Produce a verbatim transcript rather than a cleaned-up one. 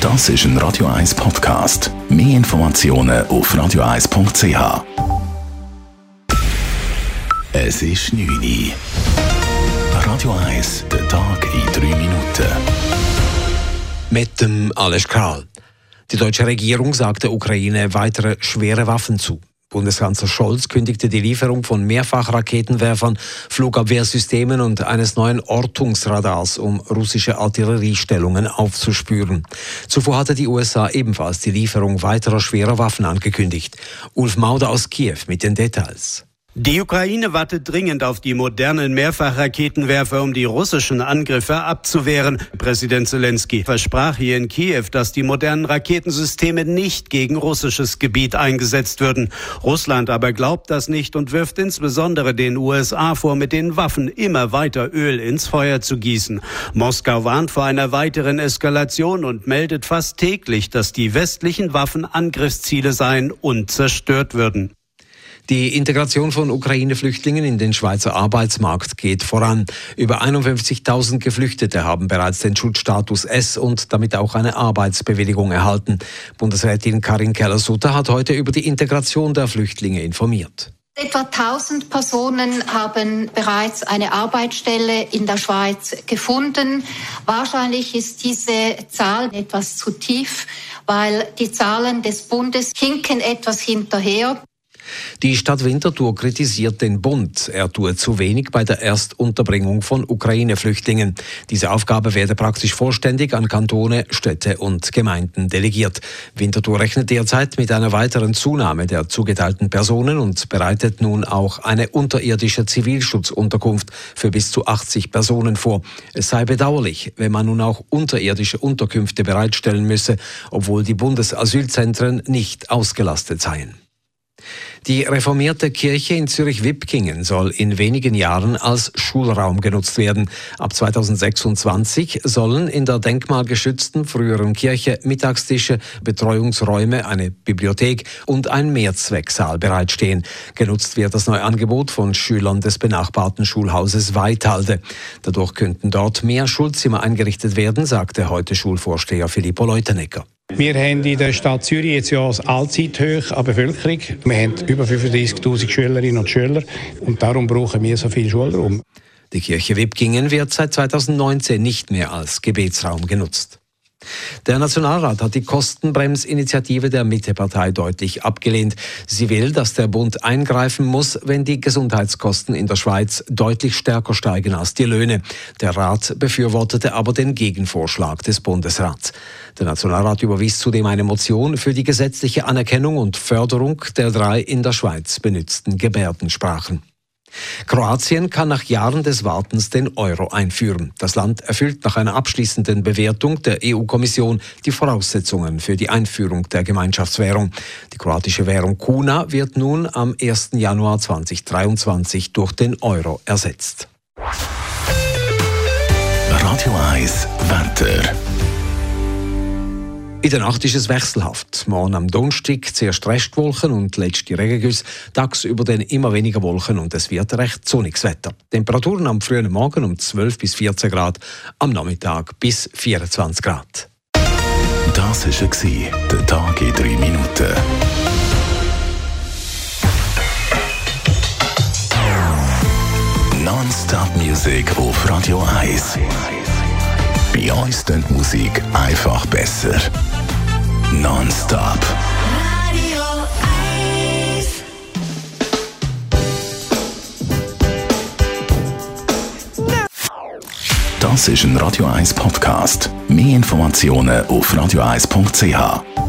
Das ist ein Radio eins Podcast. Mehr Informationen auf radio eins punkt c h. Es ist neun Uhr. Radio eins, der Tag in drei Minuten. Mit dem Ales Kral. Die deutsche Regierung sagt der Ukraine weitere schwere Waffen zu. Bundeskanzler Scholz kündigte die Lieferung von Mehrfachraketenwerfern, Flugabwehrsystemen und eines neuen Ortungsradars, um russische Artilleriestellungen aufzuspüren. Zuvor hatte die U S A ebenfalls die Lieferung weiterer schwerer Waffen angekündigt. Ulf Mauder aus Kiew mit den Details. Die Ukraine wartet dringend auf die modernen Mehrfachraketenwerfer, um die russischen Angriffe abzuwehren. Präsident Zelensky versprach hier in Kiew, dass die modernen Raketensysteme nicht gegen russisches Gebiet eingesetzt würden. Russland aber glaubt das nicht und wirft insbesondere den U S A vor, mit den Waffen immer weiter Öl ins Feuer zu gießen. Moskau warnt vor einer weiteren Eskalation und meldet fast täglich, dass die westlichen Waffen Angriffsziele seien und zerstört würden. Die Integration von Ukraine-Flüchtlingen in den Schweizer Arbeitsmarkt geht voran. Über einundfünfzigtausend Geflüchtete haben bereits den Schutzstatus S und damit auch eine Arbeitsbewilligung erhalten. Bundesrätin Karin Keller-Sutter hat heute über die Integration der Flüchtlinge informiert. Etwa tausend Personen haben bereits eine Arbeitsstelle in der Schweiz gefunden. Wahrscheinlich ist diese Zahl etwas zu tief, weil die Zahlen des Bundes hinken etwas hinterher. Die Stadt Winterthur kritisiert den Bund. Er tue zu wenig bei der Erstunterbringung von Ukraine-Flüchtlingen. Diese Aufgabe werde praktisch vollständig an Kantone, Städte und Gemeinden delegiert. Winterthur rechnet derzeit mit einer weiteren Zunahme der zugeteilten Personen und bereitet nun auch eine unterirdische Zivilschutzunterkunft für bis zu achtzig Personen vor. Es sei bedauerlich, wenn man nun auch unterirdische Unterkünfte bereitstellen müsse, obwohl die Bundesasylzentren nicht ausgelastet seien. Die reformierte Kirche in Zürich-Wipkingen soll in wenigen Jahren als Schulraum genutzt werden. Ab zweitausendsechsundzwanzig sollen in der denkmalgeschützten früheren Kirche Mittagstische, Betreuungsräume, eine Bibliothek und ein Mehrzwecksaal bereitstehen. Genutzt wird das neue Angebot von Schülern des benachbarten Schulhauses Weithalde. Dadurch könnten dort mehr Schulzimmer eingerichtet werden, sagte heute Schulvorsteher Filippo Leutenegger. Wir haben in der Stadt Zürich jetzt ja eine Allzeithoch an Bevölkerung. Wir haben über fünfunddreißigtausend Schülerinnen und Schüler und darum brauchen wir so viel Schulraum. Die Kirche Wipkingen wird seit zweitausendneunzehn nicht mehr als Gebetsraum genutzt. Der Nationalrat hat die Kostenbremsinitiative der Mittepartei deutlich abgelehnt. Sie will, dass der Bund eingreifen muss, wenn die Gesundheitskosten in der Schweiz deutlich stärker steigen als die Löhne. Der Rat befürwortete aber den Gegenvorschlag des Bundesrats. Der Nationalrat überwies zudem eine Motion für die gesetzliche Anerkennung und Förderung der drei in der Schweiz benützten Gebärdensprachen. Kroatien kann nach Jahren des Wartens den Euro einführen. Das Land erfüllt nach einer abschließenden Bewertung der E U-Kommission die Voraussetzungen für die Einführung der Gemeinschaftswährung. Die kroatische Währung Kuna wird nun am ersten Januar zweitausenddreiundzwanzig durch den Euro ersetzt. Radio eins Wetter. In der Nacht ist es wechselhaft. Morgen am Donnerstag zuerst Restwolken und letzte Regengüsse. Tagsüber dann immer weniger Wolken und es wird recht sonniges Wetter. Temperaturen am frühen Morgen um zwölf bis vierzehn Grad, am Nachmittag bis vierundzwanzig Grad. Das war der Tag in drei Minuten. Non-Stop-Musik auf Radio eins. Bei uns klingt die Musik einfach besser. Non-Stop. Radio eins. Das ist ein Radio eins Podcast. Mehr Informationen auf radio eins punkt c h.